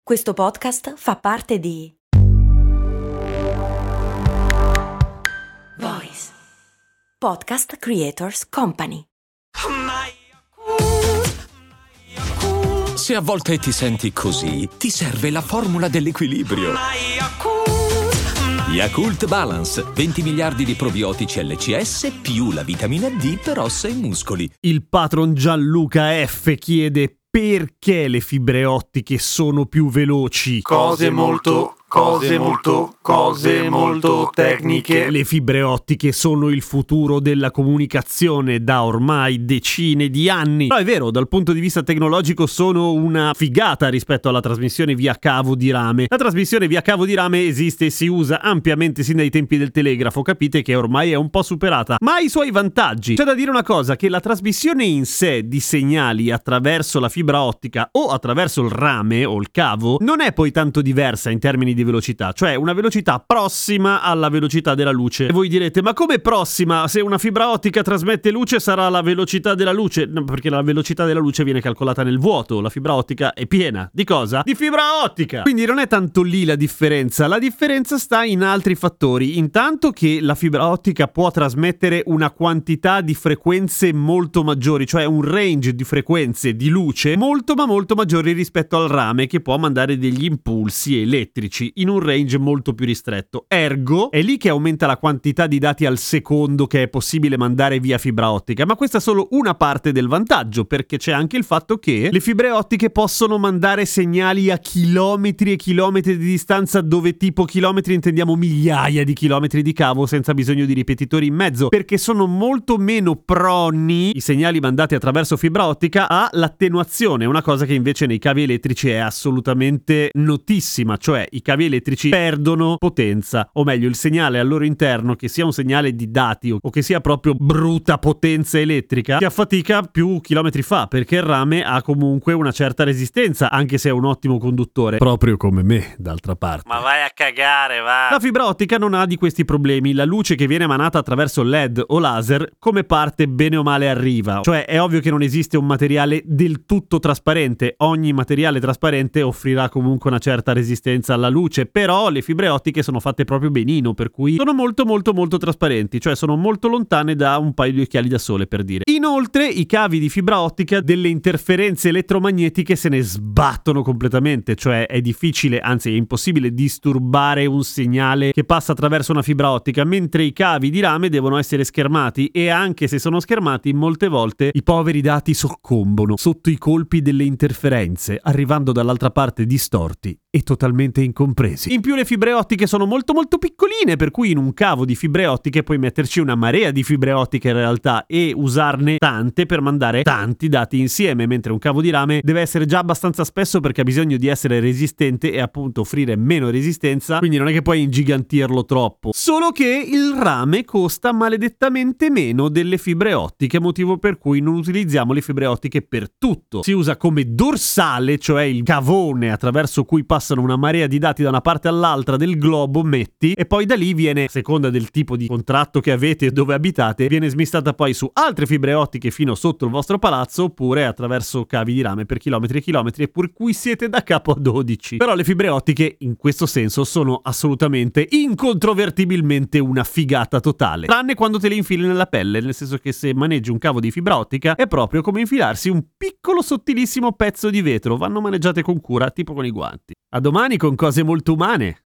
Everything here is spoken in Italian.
Questo podcast fa parte di Voice Podcast Creators Company. Se a volte ti senti così, ti serve la formula dell'equilibrio. Yakult Balance, 20 miliardi di probiotici LCS più la vitamina D per ossa e muscoli. Il patron Gianluca F chiede perché le fibre ottiche sono più veloci. Cose molto tecniche. Le fibre ottiche sono il futuro della comunicazione da ormai decine di anni. Però è vero, dal punto di vista tecnologico sono una figata rispetto alla trasmissione via cavo di rame. La trasmissione via cavo di rame esiste e si usa ampiamente sin dai tempi del telegrafo, capite che ormai è un po' superata, ma ha i suoi vantaggi. C'è da dire una cosa, che la trasmissione in sé di segnali attraverso la fibra ottica o attraverso il rame o il cavo non è poi tanto diversa in termini di velocità, cioè una velocità prossima alla velocità della luce. E voi direte, ma come prossima? Se una fibra ottica trasmette luce sarà la velocità della luce? No, perché la velocità della luce viene calcolata nel vuoto, la fibra ottica è piena. Di cosa? Di fibra ottica! Quindi non è tanto lì la differenza sta in altri fattori. Intanto che la fibra ottica può trasmettere una quantità di frequenze molto maggiori, cioè un range di frequenze di luce molto maggiori rispetto al rame, che può mandare degli impulsi elettrici in un range molto più ristretto. Ergo, è lì che aumenta la quantità di dati al secondo che è possibile mandare via fibra ottica, ma questa è solo una parte del vantaggio, perché c'è anche il fatto che le fibre ottiche possono mandare segnali a chilometri e chilometri di distanza, dove tipo chilometri intendiamo migliaia di chilometri di cavo senza bisogno di ripetitori in mezzo, perché sono molto meno proni i segnali mandati attraverso fibra ottica all'attenuazione, una cosa che invece nei cavi elettrici è assolutamente notissima, cioè i cavi elettrici perdono potenza, o meglio il segnale al loro interno, che sia un segnale di dati o che sia proprio bruta potenza elettrica, si affatica più chilometri fa, perché il rame ha comunque una certa resistenza, anche se è un ottimo conduttore, proprio come me d'altra parte. Ma vai a cagare, va! La fibra ottica non ha di questi problemi. La luce che viene emanata attraverso LED o laser come parte bene o male arriva, cioè è ovvio che non esiste un materiale del tutto trasparente, ogni materiale trasparente offrirà comunque una certa resistenza alla luce, però le fibre ottiche sono fatte proprio benino, per cui sono molto trasparenti, cioè sono molto lontane da un paio di occhiali da sole, per dire. Inoltre i cavi di fibra ottica delle interferenze elettromagnetiche se ne sbattono completamente, cioè è difficile, anzi è impossibile disturbare un segnale che passa attraverso una fibra ottica, mentre i cavi di rame devono essere schermati, e anche se sono schermati molte volte i poveri dati soccombono sotto i colpi delle interferenze, arrivando dall'altra parte distorti e totalmente incompresi. In più le fibre ottiche sono molto piccoline, per cui in un cavo di fibre ottiche puoi metterci una marea di fibre ottiche in realtà e usarne tante per mandare tanti dati insieme, mentre un cavo di rame deve essere già abbastanza spesso perché ha bisogno di essere resistente e appunto offrire meno resistenza, quindi non è che puoi ingigantirlo troppo. Solo che il rame costa maledettamente meno delle fibre ottiche, motivo per cui non utilizziamo le fibre ottiche per tutto. Si usa come dorsale, cioè il cavone attraverso cui passano una marea di dati da una parte all'altra del globo, metti, e poi da lì viene, a seconda del tipo di contratto che avete e dove abitate, viene smistata poi su altre fibre ottiche fino sotto il vostro palazzo, oppure attraverso cavi di rame per chilometri e chilometri, e per cui siete da capo a 12. Però le fibre ottiche in questo senso sono assolutamente, incontrovertibilmente una figata totale, tranne quando te le infili nella pelle, nel senso che se maneggi un cavo di fibra ottica è proprio come infilarsi un piccolo sottilissimo pezzo di vetro. Vanno maneggiate con cura, tipo con i guanti. A domani con cose molto umane.